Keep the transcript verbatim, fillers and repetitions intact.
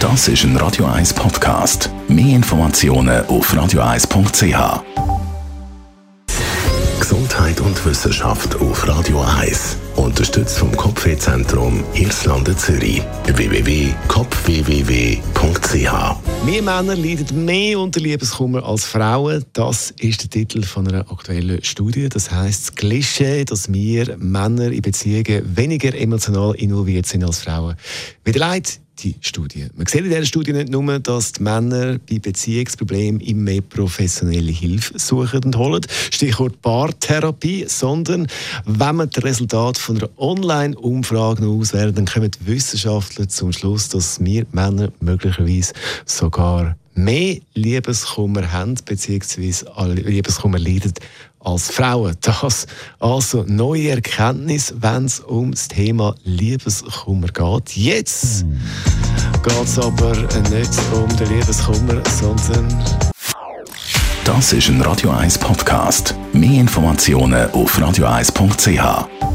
Das ist ein Radio eins Podcast. Mehr Informationen auf radio eins punkt c h. Gesundheit und Wissenschaft auf Radio eins. Unterstützt vom Kopfwehzentrum Irlande Zürich. w w w punkt kopf w w w punkt c h. Wir Männer leiden mehr unter Liebeskummer als Frauen. Das ist der Titel von einer aktuellen Studie. Das heisst, das Klischee, dass wir Männer in Beziehungen weniger emotional involviert sind als Frauen, widerlegt die Studie. Man sieht in dieser Studie nicht nur, dass die Männer bei Beziehungsproblemen immer mehr professionelle Hilfe suchen und holen, Stichwort Paartherapie, sondern wenn man das Resultat von einer Online-Umfrage noch auswählt, dann kommen die Wissenschaftler zum Schluss, dass wir Männer möglicherweise sogar mehr Liebeskummer haben, beziehungsweise Liebeskummer leiden als Frauen. Das also neue Erkenntnis, wenn es um das Thema Liebeskummer geht. Jetzt geht es aber nicht um den Liebeskummer, sondern... Das ist ein Radio eins Podcast. Mehr Informationen auf radio eins punkt c h.